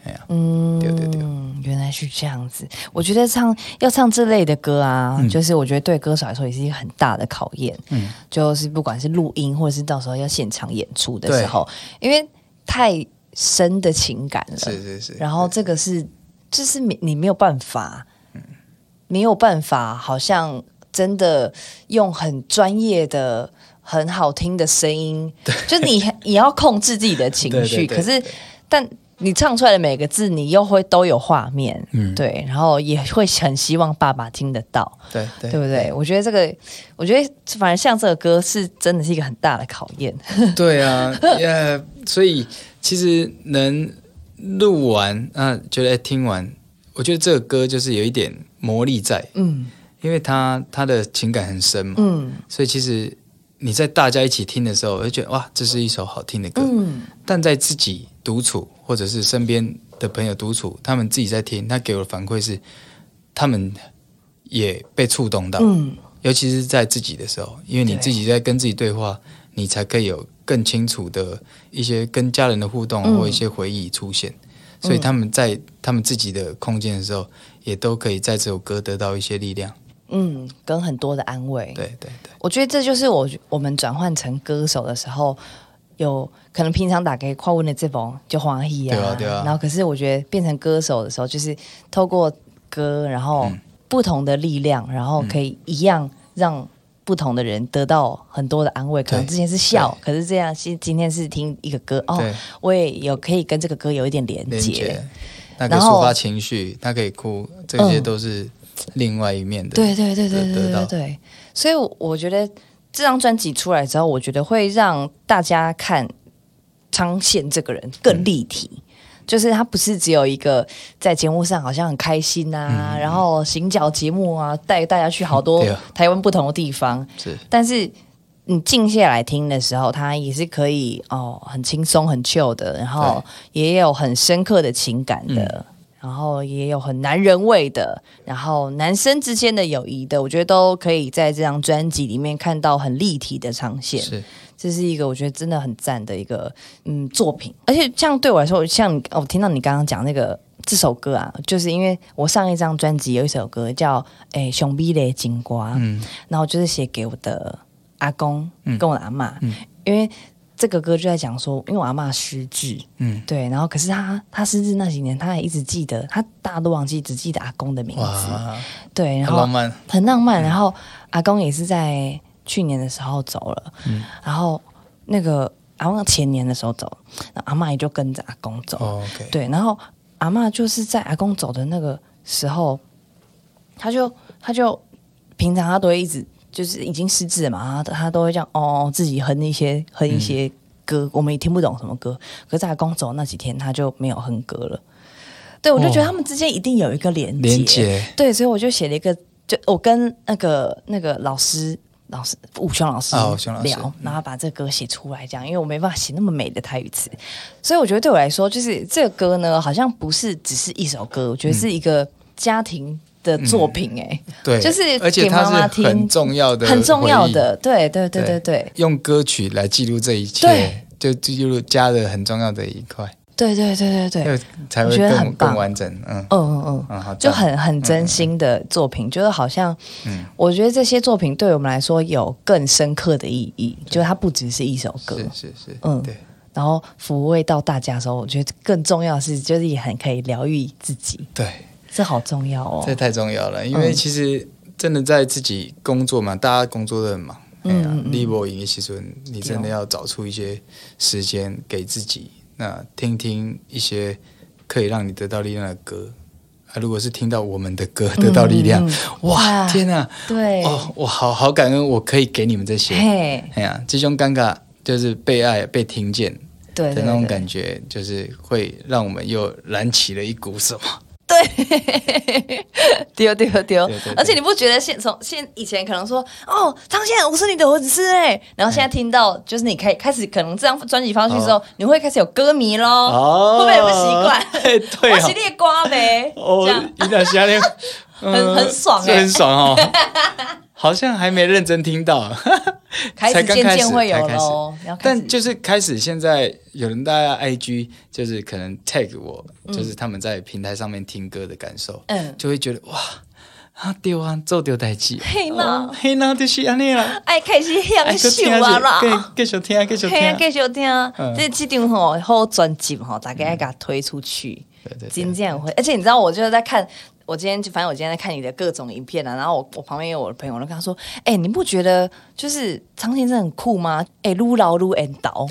对， 原来是这样子。我觉得要唱这类的歌啊，就是我觉得对歌手来说也是一个很大的考验。就是不管是录音，或者是到时候要现场演出的时候，因为太深的情感了。 是。 然后这个就是你没有办法，没有办法，好像真的用很专业的、很好听的声音，就是你要控制自己的情绪。可是，但你唱出来的每个字，你又会都有画面，对，然后也会很希望爸爸听得到， 对不对？我觉得反正像这个歌是真的是一个很大的考验。 对啊，所以其实能录完觉得听完，我觉得这个歌就是有一点魔力在，因为他的情感很深嘛，所以其实你在大家一起听的时候，我就觉得哇，这是一首好听的歌，但在自己独处或者是身边的朋友独处，他们自己在听，他给我的反馈是，他们也被触动到，尤其是在自己的时候，因为你自己在跟自己对话，你才可以有更清楚的一些跟家人的互动或一些回忆出现，所以他们在他们自己的空间的时候，也都可以在这首歌得到一些力量。 跟很多的安慰。 对， 我觉得这就是我们转换成歌手的时候，有可能平常打给跨文的这封就欢喜啊， 对啊。 然后可是我觉得变成歌手的时候，就是透过歌，然后不同的力量，然后可以一样让不同的人得到很多的安慰。可能之前是笑，可是这样今天是听一个歌我也有可以跟这个歌有一点连接， 那可以抒发情绪，他可以哭，这些都是另外一面的。 对，所以我觉得这张专辑出来之后，我觉得会让大家看昌宪这个人更立体。就是他不是只有一个在节目上好像很开心啊，然后行脚节目啊，带大家去好多台湾不同的地方。但是你静下来听的时候，他也是可以很轻松很 chill 的，然后也有很深刻的情感的，然后也有很男人味的，然后男生之间的友谊的，我觉得都可以在这张专辑里面看到很立体的呈现。这是一个我觉得真的很赞的一个作品。而且像对我来说，像我听到你刚刚讲那个这首歌啊，就是因为我上一张专辑有一首歌叫熊逼嘞金瓜，然后就是写给我的阿公跟我的阿嬷，因为这个歌就在讲说，因为我阿嬷失智，对，然后可是他失智那几年，他也一直记得，他大家都忘记，只记得阿公的名字，对，然后很浪漫，然后阿公也是在去年的时候走了，然后那个阿嬷前年的时候走，阿嬷也就跟着阿公走，对，然后阿嬷就是在阿公走的那个时候，他就平常他都会一直就是已经失智了嘛，他都会这样自己哼一些歌，我们也听不懂什么歌，可是在阿公走那几天他就没有哼歌了。对，我就觉得他们之间一定有一个连接，对，所以我就写了一个，就我跟那个老师武雄老师聊，然后把这个歌写出来，这样，因为我没办法写那么美的台语词，所以我觉得对我来说，就是这个歌呢，好像不是只是一首歌，我觉得是一个家庭的作品， 对， 就是给妈妈听，很重要的， 对， 用歌曲来记录这一切，就记录家的很重要的一块。对，才会更完整。 就很真心的作品，就是好像，我觉得这些作品对我们来说有更深刻的意义，就是它不只是一首歌， 是， 对。然后抚慰到大家的时候，我觉得更重要的是，就是也很可以疗愈自己。 对， 这好重要哦， 这太重要了，因为其实真的在自己工作嘛，大家工作都很忙，你没闲的时候，你真的要找出一些时间给自己。那听听一些可以让你得到力量的歌，如果是听到我们的歌得到力量，哇，天哪， 对， 我好感恩，我可以给你们这些，这种尴尬就是被爱、被听见的那种感觉，就是会让我们又燃起了一股什么。 对，而且你不觉得以前可能说昌宪我是你的儿子然后现在听到就是你开始可能这张专辑发出去之后，你会开始有歌迷咯，会不会有不习惯？ 对， 我是你的歌呗，这样很爽， 很爽好像还没认真听到， 开始渐渐会有咯， 但就是开始现在有人大家 IG 就是可能 tag 我，就是他们在平台上面听歌的感受，就会觉得哇。对啊，做对代志， 嘿呐， 就是安尼啦。 爱开始享受啊啦， 继续听，继续听。 这张好专辑大家要给它推出去，真正会。而且你知道，我就是在看，我今天在看你的各种影片啊，然后我旁边有我的朋友，我就跟他说：“你不觉得就是张先生很酷吗？撸老撸 and 倒。”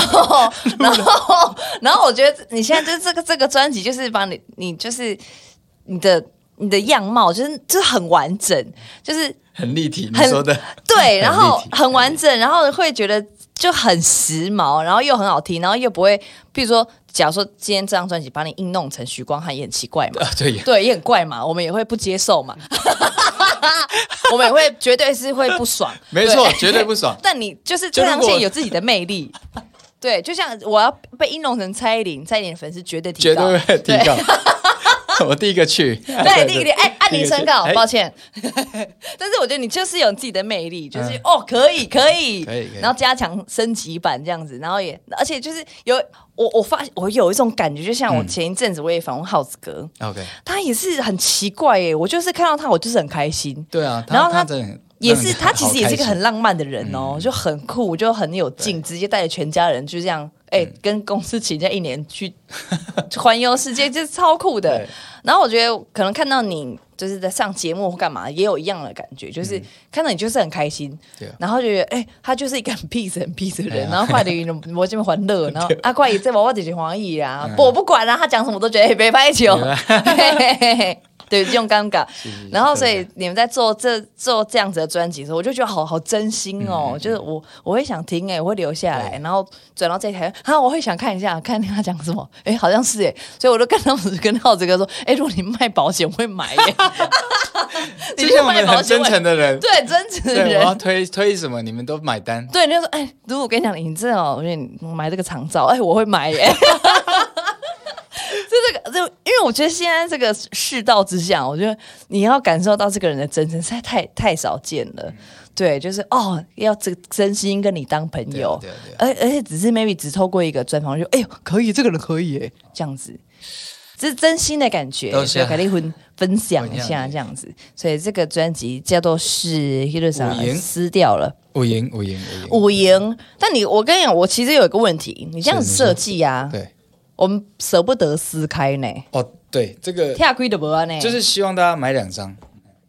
然后我觉得你现在就是这个专辑，就是把你就是你的样貌就是很完整，就是很立体。你说的对，然后很完整，然后会觉得就很时髦，然后又很好听，然后又不会，比如说，假如说今天这张专辑把你硬弄成许光汉，也很奇怪嘛，对，也很怪嘛，我们也会不接受嘛，我们也会绝对是会不爽， 没错，绝对不爽。 但你就是这张线有自己的魅力。对，就像我要被硬弄成蔡依林的粉丝绝对提高， 绝对提高。我第一个去， 对，第一个按铃声告，抱歉。但是我觉得你就是有自己的魅力，就是可以，然后加强升级版这样子，然后而且就是我发现我有一种感觉，就像我前一阵子我也访问浩子哥，OK，他也是很奇怪耶，我就是看到他，我就是很开心， 对啊， 然后他真的也是，他其实也是一个很浪漫的人哦，就很酷，就很有劲，直接带着全家人就这样，跟公司请假1年去环游世界，就是超酷的。然后我觉得可能看到你就是在上节目或干嘛，也有一样的感觉，就是看到你就是很开心，然后就觉得他就是一个很 peace 的人，然后快点我这边欢乐，然后快也在我就是欢喜啊，我不管啦，他讲什么都觉得没拍球。对，这种尴尬。然后，所以你们在做这样子的专辑的时候，我就觉得好真心哦。就是我会想听我会留下来，然后转到这台，我会想看一下，看他讲什么。好像是所以我就跟浩子哥说，如果你卖保险，我会买耶。 就像我们很真诚的人， 对，真诚的人， 我要推什么，你们都买单。 对，你就说，如果我跟你讲，你这我觉得你买这个长照，我会买耶。因为我觉得现在这个世道之下，我觉得你要感受到这个人的真诚，实在太少见了。对，就是要这个真心跟你当朋友，而且只是 maybe 只透过一个专访，就可以，这个人可以这样子，这是真心的感觉，所以跟你分享一下这样子。所以这个专辑叫做是 Hirosa 撕掉了。 五营。 但我跟你讲，我其实有一个问题，你这样子设计啊，对。我们舍不得撕开呢。 对，这个跳亏的不呢， 就是希望大家买2张。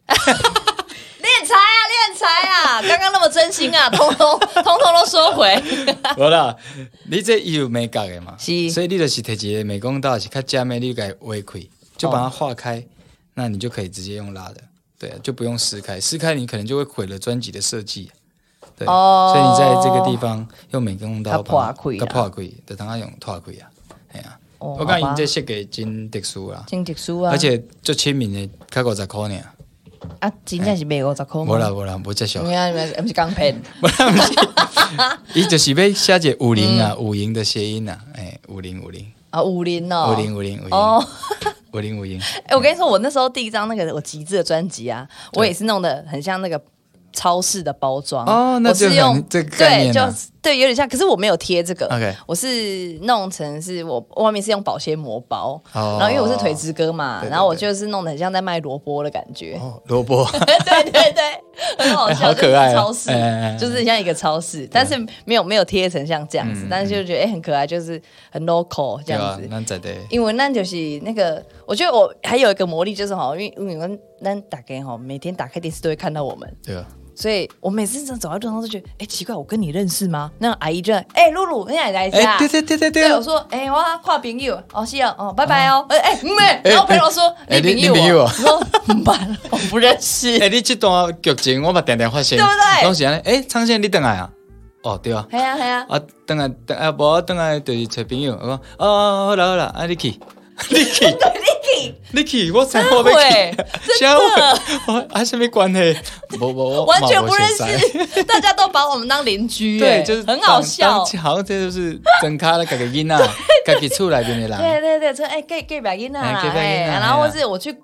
练财啊！刚刚那么真心啊，通通都收回。 好啦，你这有美感的嘛？是，所以你就是摕一个美工刀是较尖的，你给挖开，就把它化开，那你就可以直接用拉的，对，就不用撕开。撕开你可能就会毁了专辑的设计。对，所以你在这个地方用美工刀把它破开，就当它用破开啊。我讲因这设计真特殊啦，而且最亲民的才50块呢。 真正是卖50块吗？ 无啦，无这少。 不是钢片。 伊就是要写一个50啊，50的谐音啊，50 啊，50哦 ，50哦，50。 我跟你说，我那时候第一张那个我极致的专辑啊，我也是弄得很像那个超市的包装那就用这个概念对，有点像，可是我没有贴这个， okay. 我是弄成是我外面是用保鲜膜包，然后因为我是腿之歌嘛，然后我就是弄得很像在卖萝卜的感觉， 萝卜， 对，很好笑， 好可爱， 超市就是像一个超市，但是没有贴成像这样子，但是就觉得很可爱，就是很 local 这样子，因为那就是那个，我觉得我还有一个魔力就是因为咱大概每天打开电视都会看到我们，对啊。所以我每次走在路上都觉得，奇怪，我跟你认识吗？那阿姨就露露，你来一下。对，我说，我看朋友，是哦，拜拜哦。然后朋友说，你朋友我说不办，我不认识。 你这段剧情我嘛常常发现， 对不对？ 当时昌宪你回来啊？对啊。 系啊。 回来，无回来就是找朋友。我讲，好啦，你去。你去，我才我要去，真的，什么关系？我完全不认识，大家都把我们当邻居， 对，就是很好笑， 好像这就是真卡了，自己囡仔，自己厝内边的人， 对，这隔壁囡仔啦，然后或是我去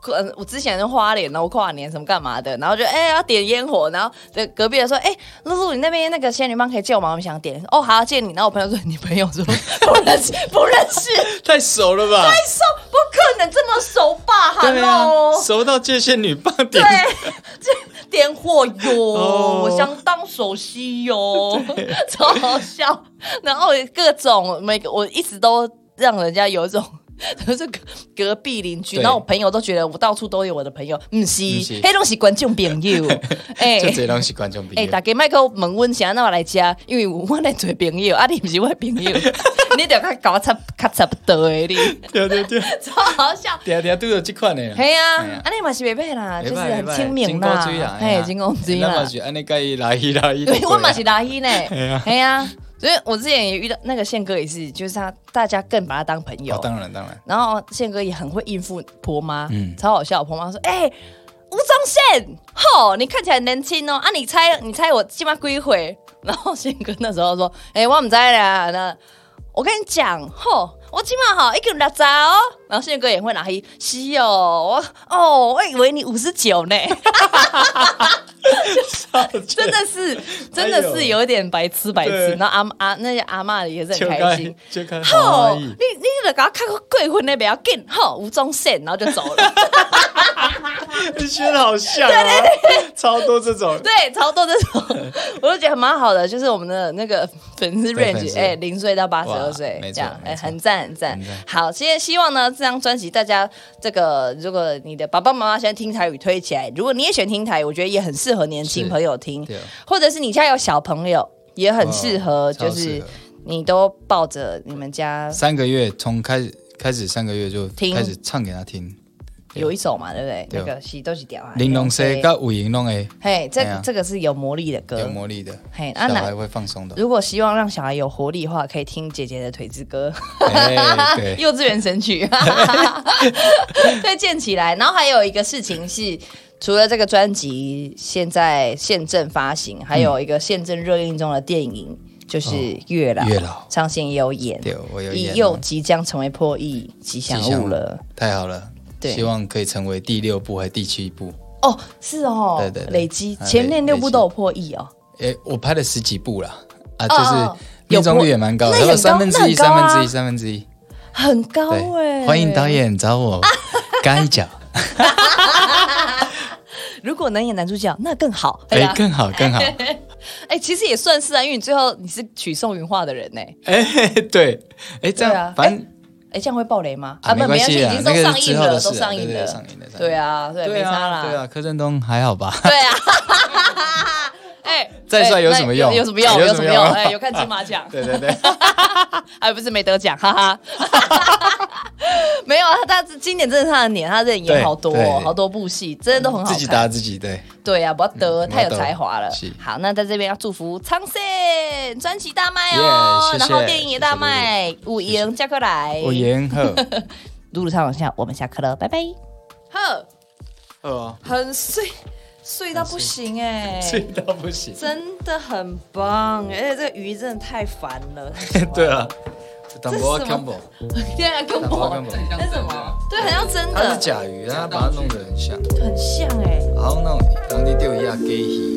我之前是花莲，然后跨年什么干嘛的，然后就要点烟火，然后隔壁的说露露你那边那个仙女棒可以借我吗？我们想点哦，好借你。然后我朋友说你朋友说不认识， 太熟了吧？ 太熟，不可能这么熟吧？ 对啊，熟到借仙女棒点， 对，点火哟，我相当熟悉哟，超好笑。然后各种我一直都让人家有一种。就是隔壁邻居，然后我朋友都觉得我到处都有我的朋友，不是，那都是观众朋友， 就这都是观众朋友。 大家麦克问阮啥那我来家，因为我来做朋友，啊，你不是我的朋友，你得搞我差不多的你。对，超好笑。 对都有这款的。 系啊，安尼嘛是袂歹啦，就是很亲民啦，嘿，金光追啦。 那嘛是安尼介意拉稀， 对，我嘛是拉稀呢，系啊。所以我之前也遇到那个宪哥也是，就是大家更把他当朋友。 当然。 然后宪哥也很会应付婆妈，超好笑。婆妈说：“吴宗宪，你看起来年轻哦，啊，你猜我起码几岁？”然后宪哥那时候说：“我不知啦，那我跟你讲，我起码已经60哦。”然后宪哥也会拿黑，是哦，我以为你59呢。真的是有点白痴，然后那些阿嬷也是很开心， 就看你就给他看过过婚的不要紧，吴宗宪，然后就走了。 你学的好像超多这种， 对，超多这种，我就觉得蛮好的，就是我们的那个粉丝 range， 0岁到82岁，这样，很赞。好，现在希望呢，这张专辑大家这个，如果你的爸爸妈妈现在听台语推起来，如果你也喜欢听台语，我觉得也很适合年轻朋友听，或者是你家有小朋友，也很适合，就是你都抱着你们家 3个月，从开始3个月就开始唱给他听。 有一首嘛，对不对？那个都是屌啊， 玲珑西跟吴莹拢诶， 嘿，这个是有魔力的歌， 有魔力的， 嘿， 小孩会放松的。 如果希望让小孩有活力的话，可以听姐姐的腿之歌，幼稚园神曲，推荐起来。然后还有一个事情是，除了这个专辑现在现正发行，还有一个现正热映中的电影。就是月老上线也有演， 对，我有演， 又即将成为破亿吉祥物了， 太好了，希望可以成为第6部还是第7部？ 哦，是哦，对，累积前面6部都有破亿哦。 我拍了10几部啦，就是命中率也蛮高的，有1/3， 很高哎！ 欢迎导演找我干一脚。 如果能演男主角，那更好， 更好。 其实也算是啊，因为你最后你是娶宋云画的人呢。 对，这样反正这样会爆雷吗？ 没关系， 已经都上映了，都上映了。对啊，没差啦。 对啊，柯震东还好吧？ 对啊。 再帅有什么用？ 有什么用？有看金马奖。 对。 还不是没得奖，哈哈。没有啊，他今年真的是他的年，他真的演好多部戏，真的都很好看。 自己打自己，对啊，不要得，太有才华了。好，那在这边要祝福苍线专辑大卖哦，然后电影也大卖，五营加课来， 五营好， 露露唱往下，我们下课了，拜拜。 好， 很碎到不行碎到不行， 真的很棒，而且这个鱼真的太烦了。 对啊。 这是什么？对啊，跟我那什么？对，很像真的。 它是甲鱼，它把它弄得很像。 很像哎。 然后那种你钓一下给鱼。